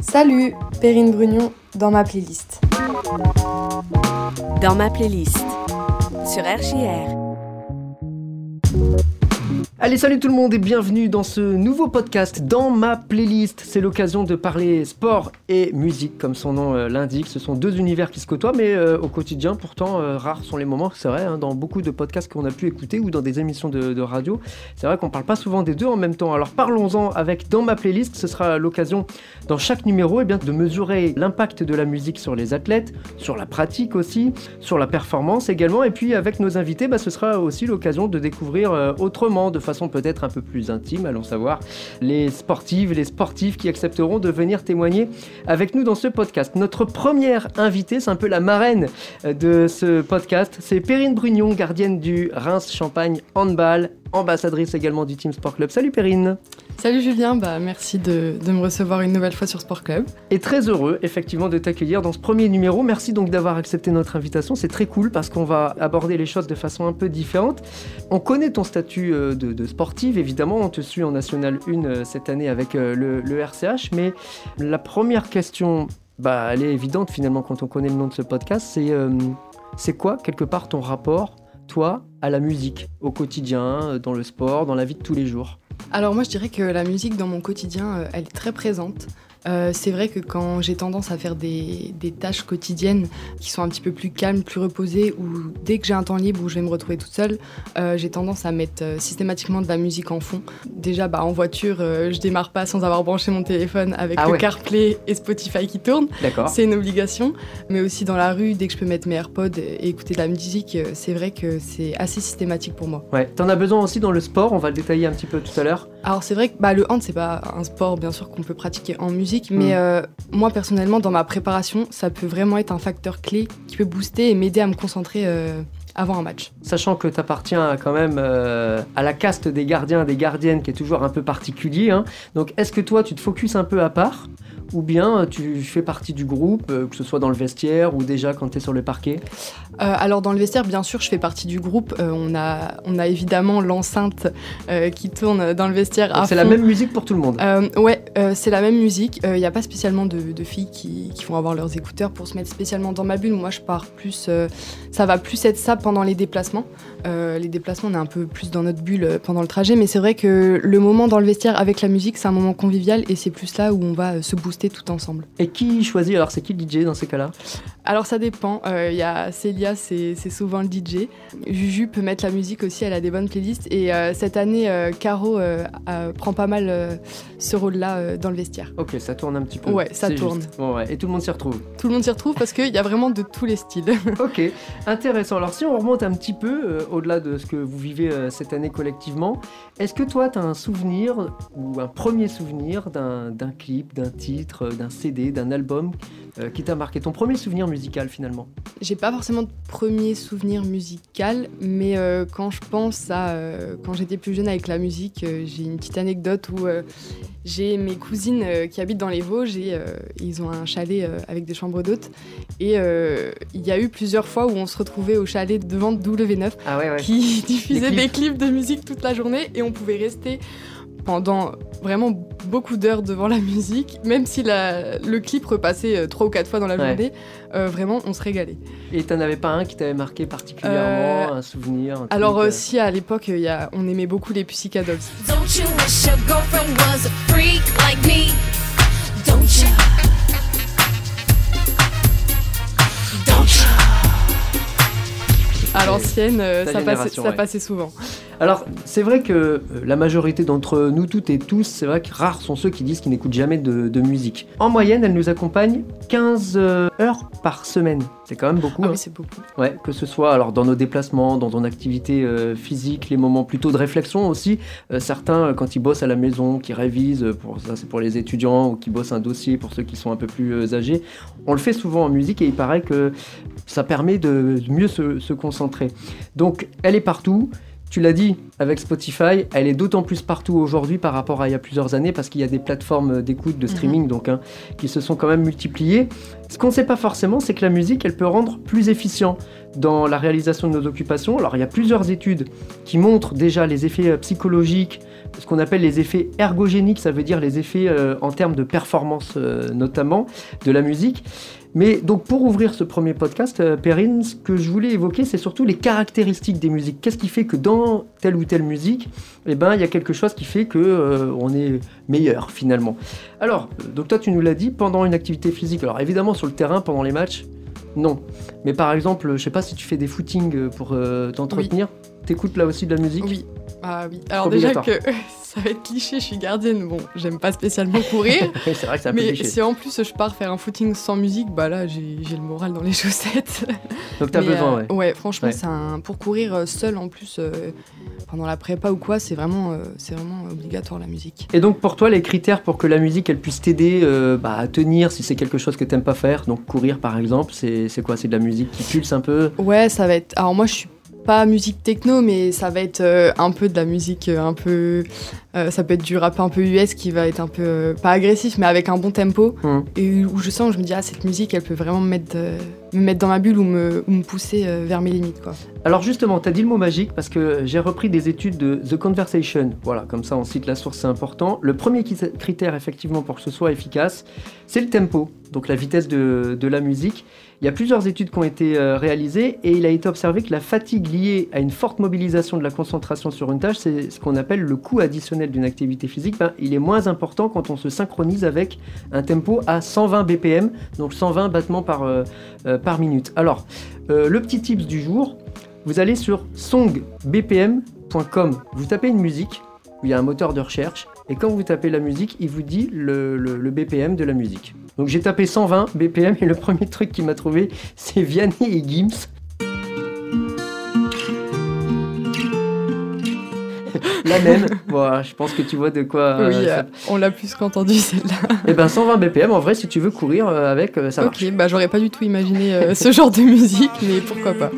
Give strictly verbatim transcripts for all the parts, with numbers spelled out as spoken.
Salut, Perrine Brugnon dans ma playlist. Dans ma playlist, sur R J R. Allez, salut tout le monde et bienvenue dans ce nouveau podcast dans ma playlist. C'est l'occasion de parler sport et musique, comme son nom euh, l'indique. Ce sont deux univers qui se côtoient, mais euh, au quotidien, pourtant, euh, rares sont les moments, c'est vrai, hein, dans beaucoup de podcasts qu'on a pu écouter ou dans des émissions de, de radio. C'est vrai qu'on parle pas souvent des deux en même temps. Alors parlons-en avec dans ma playlist. Ce sera l'occasion, dans chaque numéro, eh bien, de mesurer l'impact de la musique sur les athlètes, sur la pratique aussi, sur la performance également. Et puis avec nos invités, bah, ce sera aussi l'occasion de découvrir euh, autrement, de façon peut-être un peu plus intime, allons savoir, les sportives et les sportifs qui accepteront de venir témoigner avec nous dans ce podcast. Notre première invitée, c'est un peu la marraine de ce podcast, c'est Perrine Brugnon, gardienne du Reims Champagne Handball, ambassadrice également du Team Sport Club. Salut Perrine. Salut Julien, bah merci de, de me recevoir une nouvelle fois sur Sport Club. Et très heureux effectivement de t'accueillir dans ce premier numéro. Merci donc d'avoir accepté notre invitation, c'est très cool parce qu'on va aborder les choses de façon un peu différente. On connaît ton statut de, de sportive, évidemment, on te suit en National un cette année avec le, le R C H, mais la première question, bah, elle est évidente finalement quand on connaît le nom de ce podcast, c'est, euh, c'est quoi quelque part ton rapport, toi, à la musique, au quotidien, dans le sport, dans la vie de tous les jours ? Alors moi je dirais que la musique dans mon quotidien, euh, elle est très présente. Euh, c'est vrai que quand j'ai tendance à faire des, des tâches quotidiennes qui sont un petit peu plus calmes, plus reposées, ou dès que j'ai un temps libre où je vais me retrouver toute seule, euh, j'ai tendance à mettre euh, systématiquement de la musique en fond. Déjà, bah, en voiture, euh, je démarre pas sans avoir branché mon téléphone avec ah le ouais. CarPlay et Spotify qui tourne. D'accord. C'est une obligation. Mais aussi dans la rue, dès que je peux mettre mes AirPods et écouter de la musique, euh, c'est vrai que c'est assez systématique pour moi. Ouais. T'en as besoin aussi dans le sport, on va le détailler un petit peu tout à l'heure. Alors c'est vrai que bah, le hand, c'est pas un sport bien sûr qu'on peut pratiquer en musique, mais euh, moi personnellement dans ma préparation ça peut vraiment être un facteur clé qui peut booster et m'aider à me concentrer euh, avant un match. Sachant que tu appartiens quand même euh, à la caste des gardiens, des gardiennes qui est toujours un peu particulier, hein. Donc est-ce que toi tu te focuses un peu à part ou bien tu fais partie du groupe, euh, que ce soit dans le vestiaire ou déjà quand tu es sur le parquet ? euh, Alors dans le vestiaire, bien sûr, je fais partie du groupe. Euh, on, a, on a évidemment l'enceinte euh, qui tourne dans le vestiaire. Donc c'est fond. La même musique pour tout le monde ? euh, Ouais, euh, c'est la même musique. Il euh, n'y a pas spécialement de, de filles qui, qui vont avoir leurs écouteurs pour se mettre spécialement dans ma bulle. Moi, je pars plus... Euh, ça va plus être ça pendant les déplacements. Euh, les déplacements, on est un peu plus dans notre bulle pendant le trajet. Mais c'est vrai que le moment dans le vestiaire avec la musique, c'est un moment convivial et c'est plus là où on va se booster tout ensemble. Et qui choisit ? Alors c'est qui le D J dans ces cas-là ? Alors ça dépend, il euh, y a Célia, c'est, c'est souvent le D J. Juju peut mettre la musique aussi, elle a des bonnes playlists. Et euh, cette année, euh, Caro euh, euh, prend pas mal euh, ce rôle-là euh, dans le vestiaire. Ok, ça tourne un petit peu. Ouais, ça c'est tourne. Bon, ouais. Et tout le monde s'y retrouve ? Tout le monde s'y retrouve parce qu'il y a vraiment de tous les styles. Ok, intéressant. Alors si on remonte un petit peu euh, au-delà de ce que vous vivez euh, cette année collectivement, est-ce que toi tu as un souvenir ou un premier souvenir d'un, d'un clip, d'un titre, d'un C D, d'un album euh, qui t'a marqué ? Ton premier souvenir musical finalement ? J'ai pas forcément de premier souvenir musical, mais euh, quand je pense à euh, quand j'étais plus jeune avec la musique, euh, j'ai une petite anecdote où euh, j'ai mes cousines euh, qui habitent dans les Vosges et euh, ils ont un chalet euh, avec des chambres d'hôtes et euh, il y a eu plusieurs fois où on se retrouvait au chalet devant W neuf ah ouais, ouais. qui diffusait des clips de musique toute la journée et on pouvait rester pendant vraiment beaucoup d'heures devant la musique, même si la, le clip repassait trois ou quatre fois dans la journée, ouais. euh, vraiment on se régalait. Et t'en avais pas un qui t'avait marqué particulièrement, euh, un souvenir un Alors truc, euh, si à l'époque y a, on aimait beaucoup les Pussycat Dolls. Don't you wish your girlfriend was a freak like me? Don't you? Don't you? À l'ancienne, euh, ça, passait, ça ouais. passait souvent. Alors, c'est vrai que euh, la majorité d'entre nous toutes et tous, c'est vrai que rares sont ceux qui disent qu'ils n'écoutent jamais de, de musique. En moyenne, elle nous accompagne quinze euh, heures par semaine. C'est quand même beaucoup. Ah hein. oui, c'est beaucoup. Ouais, que ce soit alors dans nos déplacements, dans ton activité euh, physique, les moments plutôt de réflexion aussi. Euh, certains, euh, quand ils bossent à la maison, qui révisent, euh, pour ça c'est pour les étudiants, ou qui bossent un dossier pour ceux qui sont un peu plus euh, âgés, on le fait souvent en musique et il paraît que ça permet de mieux se, se concentrer. Donc, elle est partout. Tu l'as dit, avec Spotify, elle est d'autant plus partout aujourd'hui par rapport à il y a plusieurs années parce qu'il y a des plateformes d'écoute, de streaming, mmh. donc, hein, qui se sont quand même multipliées. Ce qu'on ne sait pas forcément, c'est que la musique, elle peut rendre plus efficient dans la réalisation de nos occupations. Alors, il y a plusieurs études qui montrent déjà les effets psychologiques, ce qu'on appelle les effets ergogéniques, ça veut dire les effets euh, en termes de performance euh, notamment de la musique. Mais donc pour ouvrir ce premier podcast, euh, Perrine, ce que je voulais évoquer, c'est surtout les caractéristiques des musiques. Qu'est-ce qui fait que dans telle ou telle musique, eh ben, il y a quelque chose qui fait qu'on euh, est meilleur finalement. Alors, donc toi tu nous l'as dit, pendant une activité physique, alors évidemment sur le terrain, pendant les matchs, non. Mais par exemple, je sais pas si tu fais des footings pour euh, t'entretenir, oui. T'écoutes là aussi de la musique ? Oui. Ah oui, alors déjà que ça va être cliché, je suis gardienne, bon, j'aime pas spécialement courir, c'est vrai que c'est un peu mais cliché. si en plus je pars faire un footing sans musique, bah là j'ai, j'ai le moral dans les chaussettes. Donc t'as mais, besoin, euh, ouais. Ouais, franchement, ouais. c'est un... pour courir seul en plus, euh, pendant la prépa ou quoi, c'est vraiment, euh, c'est vraiment obligatoire la musique. Et donc pour toi, les critères pour que la musique elle puisse t'aider euh, bah, à tenir si c'est quelque chose que t'aimes pas faire, donc courir par exemple, c'est, c'est quoi ? C'est de la musique qui pulse un peu ? Ouais, ça va être... Alors moi je suis pas musique techno, mais ça va être euh, un peu de la musique euh, un peu... Euh, ça peut être du rap un peu U S qui va être un peu... Euh, pas agressif, mais avec un bon tempo. Mmh. Et où je sens, je me dis, ah, cette musique, elle peut vraiment me mettre, euh, me mettre dans ma bulle ou me, ou me pousser euh, vers mes limites, quoi. Alors justement, t'as dit le mot magique parce que j'ai repris des études de The Conversation. Voilà, comme ça on cite la source, c'est important. Le premier critère, effectivement, pour que ce soit efficace, c'est le tempo, donc la vitesse de, de la musique. Il y a plusieurs études qui ont été euh, réalisées et il a été observé que la fatigue liée à une forte mobilisation de la concentration sur une tâche, c'est ce qu'on appelle le coût additionnel d'une activité physique. Ben, il est moins important quand on se synchronise avec un tempo à cent vingt B P M, donc cent vingt battements par, euh, euh, par minute. Alors, euh, le petit tips du jour, vous allez sur song b p m point com, vous tapez une musique, il y a un moteur de recherche, et quand vous tapez la musique, il vous dit le, le, le B P M de la musique. Donc j'ai tapé cent vingt B P M et le premier truc qui m'a trouvé, c'est Vianney et Gims. La même, voilà, je pense que tu vois de quoi... Oui, euh, ça... on l'a plus qu'entendu celle-là. Et ben cent vingt B P M, en vrai, si tu veux courir euh, avec, euh, ça marche. Ok, bah j'aurais pas du tout imaginé euh, ce genre de musique, mais pourquoi pas.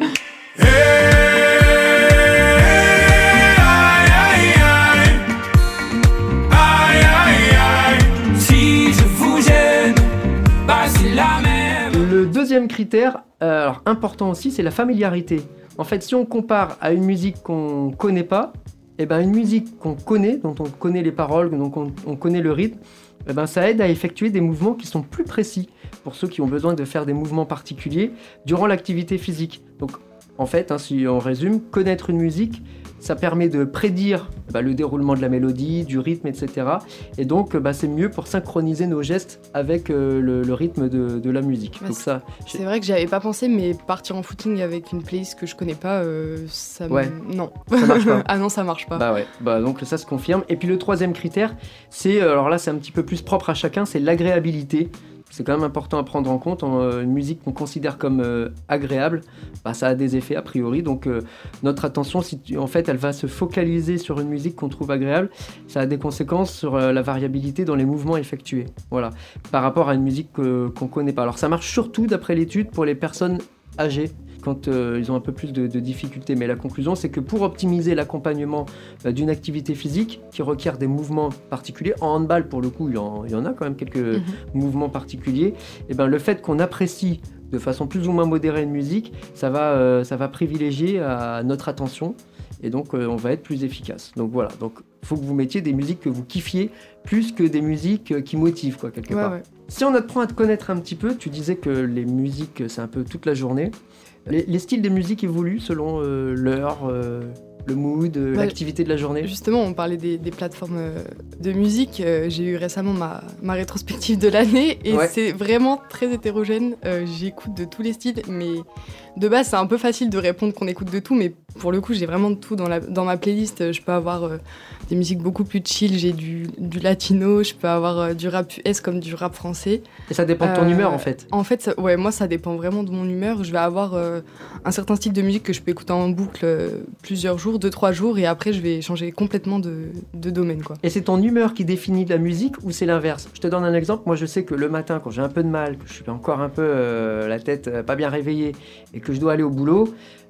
Le deuxième critère, euh, alors important aussi, c'est la familiarité. En fait, si on compare à une musique qu'on ne connaît pas, eh ben, une musique qu'on connaît, dont on connaît les paroles, dont on, on connaît le rythme, eh ben, ça aide à effectuer des mouvements qui sont plus précis pour ceux qui ont besoin de faire des mouvements particuliers durant l'activité physique. Donc, en fait, hein, si on résume, connaître une musique, ça permet de prédire bah, le déroulement de la mélodie, du rythme, et cetera. Et donc, bah, c'est mieux pour synchroniser nos gestes avec euh, le, le rythme de, de la musique. Bah, donc, c'est, ça, c'est vrai que j'y avais pas pensé, mais partir en footing avec une playlist que je connais pas, euh, ça ouais. me... Non. Ça marche pas. Ah non, ça marche pas. Bah ouais, bah, donc ça se confirme. Et puis le troisième critère, c'est, alors là c'est un petit peu plus propre à chacun, c'est l'agréabilité. C'est quand même important à prendre en compte. En, une musique qu'on considère comme euh, agréable, bah, ça a des effets a priori. Donc euh, notre attention, si tu, en fait, elle va se focaliser sur une musique qu'on trouve agréable, ça a des conséquences sur euh, la variabilité dans les mouvements effectués. Voilà, par rapport à une musique euh, qu'on connaît pas. Alors ça marche surtout, d'après l'étude, pour les personnes âgées, quand euh, ils ont un peu plus de, de difficultés. Mais la conclusion, c'est que pour optimiser l'accompagnement euh, d'une activité physique qui requiert des mouvements particuliers, en handball pour le coup, il y en, il y en a quand même quelques mm-hmm. mouvements particuliers, et ben, le fait qu'on apprécie de façon plus ou moins modérée une musique, ça va, euh, ça va privilégier à notre attention et donc euh, on va être plus efficace. Donc voilà, donc il faut que vous mettiez des musiques que vous kiffiez plus que des musiques qui motivent quoi, quelque ouais, part. Ouais. Si on apprend à te connaître un petit peu, tu disais que les musiques, c'est un peu toute la journée. Les, les styles des musiques évoluent selon euh, l'heure, euh, le mood, euh, bah, l'activité de la journée. Justement, on parlait des, des plateformes euh, de musique. Euh, j'ai eu récemment ma, ma rétrospective de l'année et ouais. c'est vraiment très hétérogène. Euh, j'écoute de tous les styles, mais de base, c'est un peu facile de répondre qu'on écoute de tout, mais pour le coup, j'ai vraiment de tout dans, la, dans ma playlist. Je peux avoir euh, des musiques beaucoup plus chill, j'ai du, du latino, je peux avoir euh, du rap U S comme du rap français. Et ça dépend de ton euh, humeur, en fait. En fait, ça, ouais, moi, ça dépend vraiment de mon humeur. Je vais avoir euh, un certain style de musique que je peux écouter en boucle euh, plusieurs jours, deux, trois jours, et après, je vais changer complètement de, de domaine, quoi. Et c'est ton humeur qui définit la musique ou c'est l'inverse ? Je te donne un exemple. Moi, je sais que le matin, quand j'ai un peu de mal, que je suis encore un peu euh, la tête euh, pas bien réveillée et que je dois aller au boulot,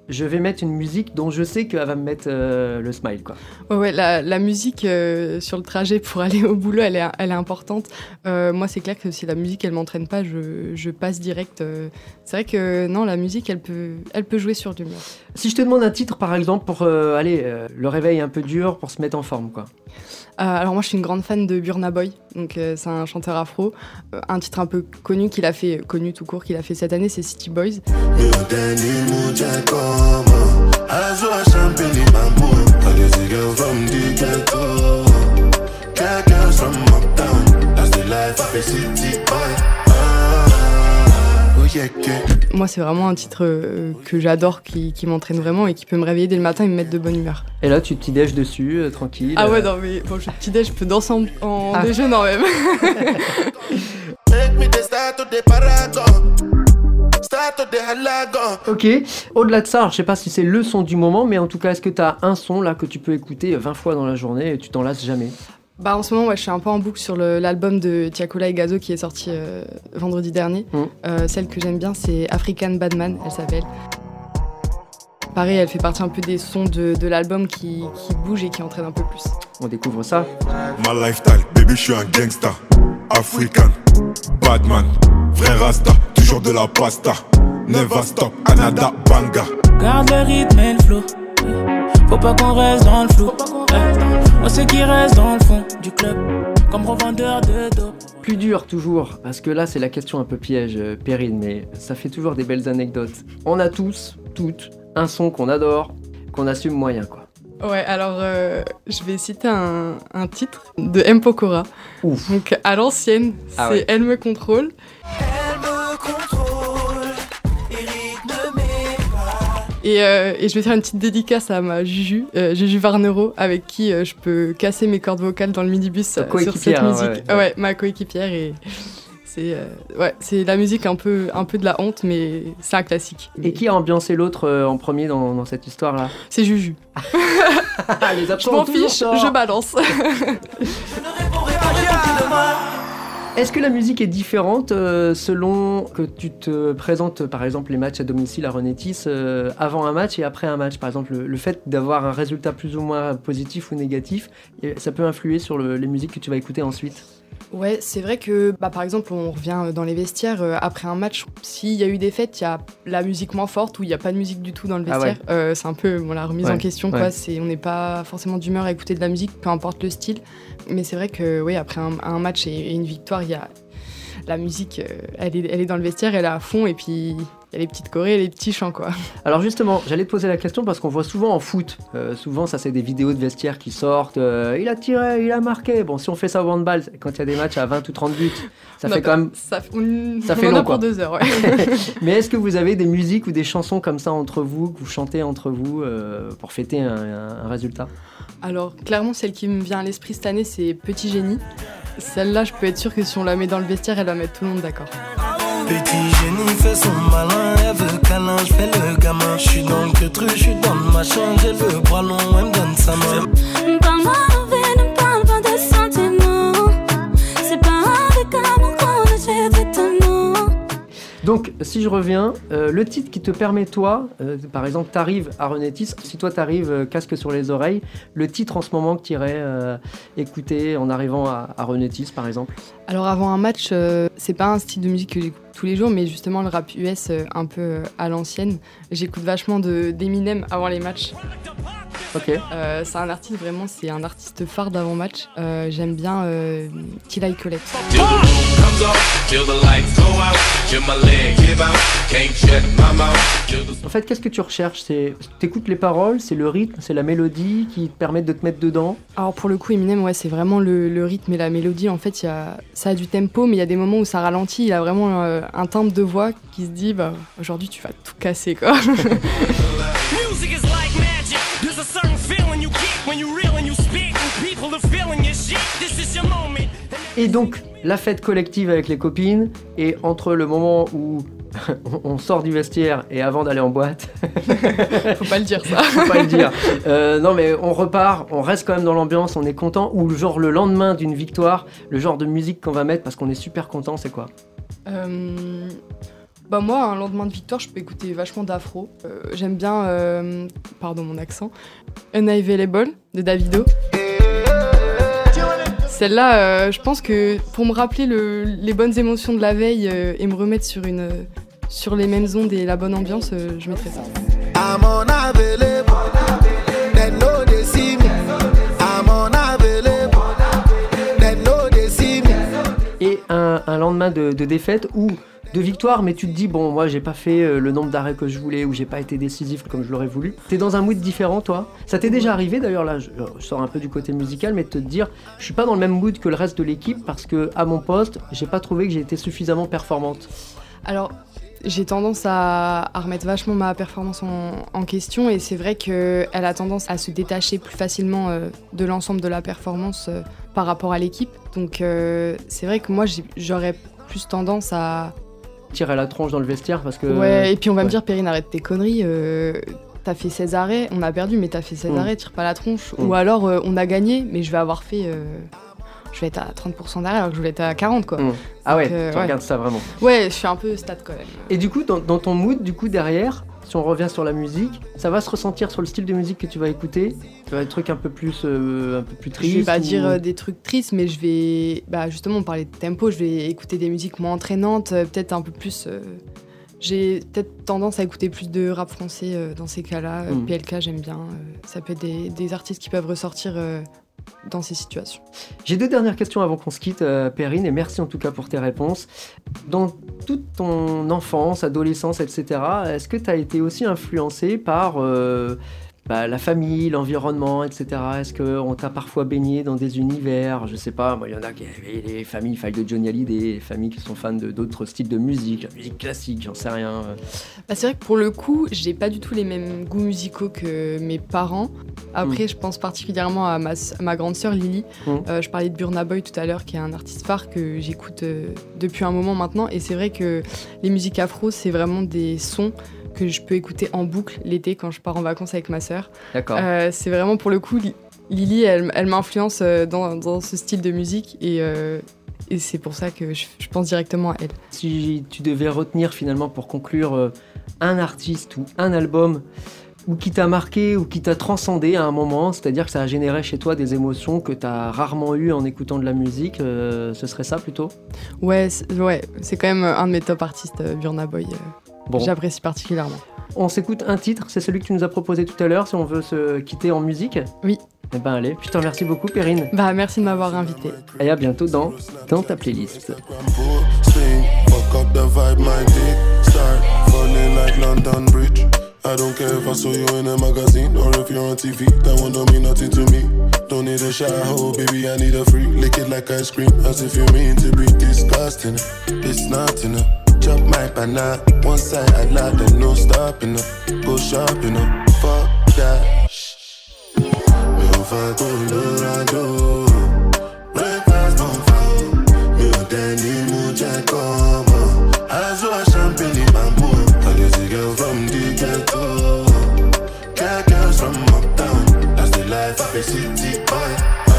je vais mettre une musique dont je sais qu'elle va me mettre euh, le smile, quoi. Ouais, ouais, la, la musique euh, sur le trajet pour aller au boulot, elle est, elle est importante. Euh, moi, c'est clair que si la musique, elle m'entraîne pas, je, je passe direct. Euh. C'est vrai que non, la musique, elle peut, elle peut jouer sur l'humeur. Si je te demande un titre, par exemple, pour euh, aller euh, le réveil un peu dur, pour se mettre en forme, quoi. Euh, alors moi, je suis une grande fan de Burna Boy, donc euh, c'est un chanteur afro. Euh, un titre un peu connu qu'il a fait, connu tout court, qu'il a fait cette année, c'est City Boys. Moi, c'est vraiment un titre euh, que j'adore, qui, qui m'entraîne vraiment et qui peut me réveiller dès le matin et me mettre de bonne humeur. Et là, tu petit déj dessus, euh, tranquille. Ah ouais, euh... non, mais bon, je petit déj, je peux danser en, en ah. déjeunant même. Ok, au-delà de ça, alors, je sais pas si c'est le son du moment, mais en tout cas, est-ce que tu as un son là que tu peux écouter vingt fois dans la journée et tu t'en lasses jamais? Bah en ce moment, ouais, je suis un peu en boucle sur le, l'album de Tiakola et Gazo qui est sorti euh, vendredi dernier. Mmh. Euh, celle que j'aime bien, c'est African Badman, elle s'appelle. Pareil, elle fait partie un peu des sons de, de l'album qui, qui bougent et qui entraînent un peu plus. On découvre ça. My lifestyle, baby, je suis un gangsta. African, Badman, vrai Rasta, toujours de la pasta. Never stop, Anada, Banga. Garde le rythme et le flow. Faut pas qu'on reste dans le flou. Moi, c'est qui reste dans le fond du club, comme revendeur de dos. Plus dur toujours, parce que là, c'est la question un peu piège, euh, Perrine, mais ça fait toujours des belles anecdotes. On a tous, toutes, un son qu'on adore, qu'on assume moyen, quoi. Ouais, alors euh, je vais citer un, un titre de M. Pokora. Ouf. Donc à l'ancienne, ah c'est ouais. Elle me contrôle. Elle me contrôle, Eric ne m'est pas. Et, euh, et je vais faire une petite dédicace à ma Juju, euh, Juju Varnero, avec qui euh, je peux casser mes cordes vocales dans le minibus euh, sur cette musique. Ouais, ouais. ouais, ma coéquipière. Et c'est, euh, ouais, c'est la musique un peu, un peu de la honte, mais c'est un classique. Et qui a ambiancé l'autre euh, en premier dans, dans cette histoire-là? C'est Juju. Les je m'en fiche, je balance. Est-ce que la musique est différente euh, selon que tu te présentes, par exemple, les matchs à domicile à Renétis euh, avant un match et après un match? Par exemple, le, le fait d'avoir un résultat plus ou moins positif ou négatif, ça peut influer sur le, les musiques que tu vas écouter ensuite? Ouais, c'est vrai que, bah, par exemple, on revient dans les vestiaires, euh, après un match, s'il y a eu des fêtes, il y a la musique moins forte ou il n'y a pas de musique du tout dans le vestiaire. Ah ouais. euh, c'est un peu bon, la remise ouais, en question, ouais. quoi. C'est, on n'est pas forcément d'humeur à écouter de la musique, peu importe le style. Mais c'est vrai que, oui, après un, un match et, et une victoire, il y a la musique, euh, elle, est, elle est dans le vestiaire, elle est à fond, et puis il y a les petites chorés et les petits chants, quoi. Alors justement, j'allais te poser la question parce qu'on voit souvent en foot, euh, souvent ça c'est des vidéos de vestiaires qui sortent, euh, il a tiré, il a marqué. Bon, si on fait ça au handball, quand il y a des matchs à vingt ou trente buts, ça non, fait quand même... Ça, on, ça on fait en long, a pour quoi. deux heures, ouais. Mais est-ce que vous avez des musiques ou des chansons comme ça entre vous, que vous chantez entre vous euh, pour fêter un, un, un résultat? Alors, clairement, celle qui me vient à l'esprit cette année, c'est Petit Génie. Celle-là, je peux être sûre que si on la met dans le vestiaire, elle va mettre tout le monde d'accord. Petit génie fait son malin, elle veut câlin, je fais le gamin. Je suis dans le queutru, je suis dans le machin, j'ai le bras long, elle me donne sa main. Parle-moi d'envie, ne parle pas de sentiments. C'est pas avec amour qu'on achète vêtements. Donc, si je reviens, euh, le titre qui te permet, toi, euh, par exemple, t'arrives à Renétis, si toi t'arrives euh, casque sur les oreilles, le titre en ce moment que t'irais euh, écouter en arrivant à, à Renétis, par exemple? Alors, avant un match, euh, c'est pas un style de musique que j'écoute tous les jours, mais justement le rap U S euh, un peu euh, à l'ancienne. J'écoute vachement de, d'Eminem avant les matchs. Ok. Euh, c'est un artiste, vraiment, c'est un artiste phare d'avant-match. Euh, j'aime bien euh, Till I Collect. En fait, qu'est-ce que tu recherches? C'est, t'écoutes les paroles, c'est le rythme, c'est la mélodie qui te permettent de te mettre dedans? Alors pour le coup, Eminem, ouais, c'est vraiment le, le rythme et la mélodie. En fait, y a, ça a du tempo, mais il y a des moments où ça ralentit. Il a vraiment euh, un timbre de voix qui se dit, bah, aujourd'hui, tu vas tout casser, quoi. Et donc, la fête collective avec les copines, et entre le moment où on sort du vestiaire et avant d'aller en boîte... Faut pas le dire, ça. Faut pas le dire. Euh, non, mais on repart, on reste quand même dans l'ambiance, on est content, ou genre le lendemain d'une victoire, le genre de musique qu'on va mettre parce qu'on est super content, c'est quoi? euh... Bah moi, un lendemain de victoire, je peux écouter vachement d'afro. Euh, j'aime bien, euh, pardon mon accent, Unavailable de Davido. Celle-là, euh, je pense que pour me rappeler le, les bonnes émotions de la veille euh, et me remettre sur, une, euh, sur les mêmes ondes et la bonne ambiance, euh, je mettrais ça. I'm unavailable, they know they see me. I'm unavailable, they know they see me. Et un, un lendemain de, de défaite ou de victoire, mais tu te dis, bon, moi, j'ai pas fait euh, le nombre d'arrêts que je voulais ou j'ai pas été décisif comme je l'aurais voulu. T'es dans un mood différent, toi. Ça t'est déjà arrivé, d'ailleurs, là, je, je sors un peu du côté musical, mais de te dire, je suis pas dans le même mood que le reste de l'équipe parce que, à mon poste, j'ai pas trouvé que j'ai été suffisamment performante. Alors, j'ai tendance à, à remettre vachement ma performance en, en question et c'est vrai qu'elle a tendance à se détacher plus facilement euh, de l'ensemble de la performance euh, par rapport à l'équipe. Donc, euh, c'est vrai que moi, j'ai, j'aurais plus tendance à tirer la tronche dans le vestiaire parce que... Ouais, et puis on va ouais. me dire, Perrine, arrête tes conneries, euh, t'as fait seize arrêts, on a perdu, mais t'as fait seize mmh. arrêts, tire pas la tronche. Mmh. Ou alors, euh, on a gagné, mais je vais avoir fait... Euh, je vais être à trente pour cent d'arrêt alors que je voulais être à quarante, quoi. Mmh. Ah ouais, euh, tu ouais. regardes ça vraiment. Ouais, je suis un peu stade quand même. Et du coup, dans, dans ton mood, du coup, derrière, si on revient sur la musique, ça va se ressentir sur le style de musique que tu vas écouter. Tu vas être des trucs un peu plus, euh, un peu plus tristes. Je vais pas ou... dire euh, des trucs tristes, mais je vais, bah justement, on parlait de tempo, je vais écouter des musiques moins entraînantes, euh, peut-être un peu plus. Euh... J'ai peut-être tendance à écouter plus de rap français euh, dans ces cas-là. Mmh. P L K, j'aime bien. Euh, ça peut être des, des artistes qui peuvent ressortir euh, dans ces situations. J'ai deux dernières questions avant qu'on se quitte, euh, Perrine, et merci en tout cas pour tes réponses. Dans toute ton enfance, adolescence, et cetera, est-ce que tu as été aussi influencé par euh, bah, la famille, l'environnement, et cetera. Est-ce qu'on t'a parfois baigné dans des univers, je sais pas, moi il y en a qui avaient les familles fans de Johnny Hallyday, les familles qui sont fans de, d'autres styles de musique, la musique classique, j'en sais rien. Bah, c'est vrai que pour le coup, j'ai pas du tout les mêmes goûts musicaux que mes parents. Après, mmh. je pense particulièrement à ma, à ma grande sœur Lily. Mmh. Euh, je parlais de Burna Boy tout à l'heure, qui est un artiste phare que j'écoute euh, depuis un moment maintenant. Et c'est vrai que les musiques afro, c'est vraiment des sons que je peux écouter en boucle l'été quand je pars en vacances avec ma sœur. D'accord. Euh, c'est vraiment pour le coup, Lily, elle, elle m'influence dans, dans ce style de musique et, euh, et c'est pour ça que je, je pense directement à elle. Si tu devais retenir finalement pour conclure euh, un artiste ou un album ou qui t'a marqué ou qui t'a transcendé à un moment, c'est-à-dire que ça a généré chez toi des émotions que t'as rarement eues en écoutant de la musique, euh, ce serait ça plutôt ? Ouais, c'est, ouais, c'est quand même un de mes top artistes, euh, Burna Boy. Euh. Bon. J'apprécie particulièrement. On s'écoute un titre, c'est celui que tu nous as proposé tout à l'heure, si on veut se quitter en musique. Oui. Eh ben allez, je te remercie beaucoup Perrine. Bah merci de m'avoir invité. Et à bientôt dans, dans ta playlist. I don't care if I saw you in a magazine or if you're on T V, that one don't mean nothing to me. Don't need a shower, oh baby, I need a freak. Lick it like ice cream, as if you mean to be disgusting. It's not enough. Chop my banana, one side I lie, then no stopping up. Go shopping up, fuck that. Me on fire, Colorado. Breakfast on fire. Me on Danny Muja come. I saw a champagne in my mood. I get a girl from the ghetto. Cat girls from uptown. That's the life of a city boy.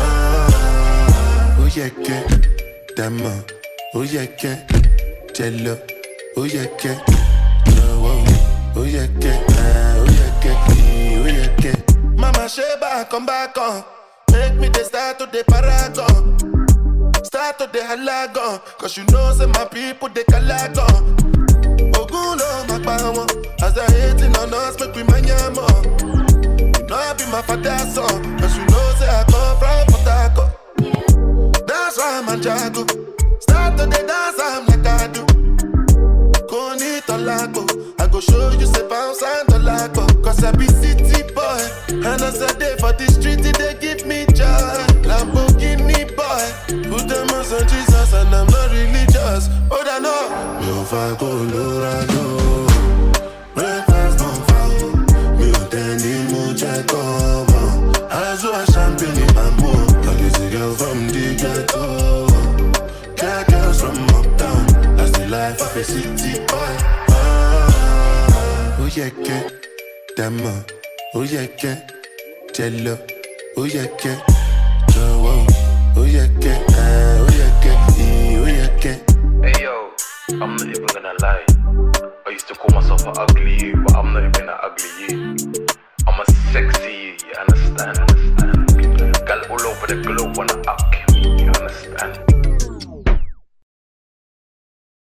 Ah, oh yeah, get them up. Oh yeah, get jello. Oh yeah, get. Oh yeah, get. Oh yeah, get. Oh yeah, get. Mama Sheba, come back on. Make me the start to the paragon. Start to the halagon. Cause you know say my people they calagon. Oguno magbawo. As they hating on us make we manyamo. You know I be my father's son. Cause you know say I come from Potako. That's why I'm a jago. Start to the dance I'm like I do. Go need to lago. I go show you say bounce and the lago. Cause I be city boy. And as I day for the street they give me joy. Lamborghini boy. Put them on Jesus and I'm not religious. Oh I know. Me on fire Colorado. Breakfast on fire. Me on Danny Muja come. I saw a champagne in my mood. I get a girl from the ghetto. Cat girls from uptown. That's the life of a city boy. Ah, oh yeah, get them up. Oh yeah, get jello. Oh yeah, get oh oh yeah, get oh yeah, get oh yeah, get. Hey yo, I'm not even gonna lie. myself an ugly you, but I'm not even that ugly you. I'm a sexy you, you understand? Understand? Girl all over the globe wanna up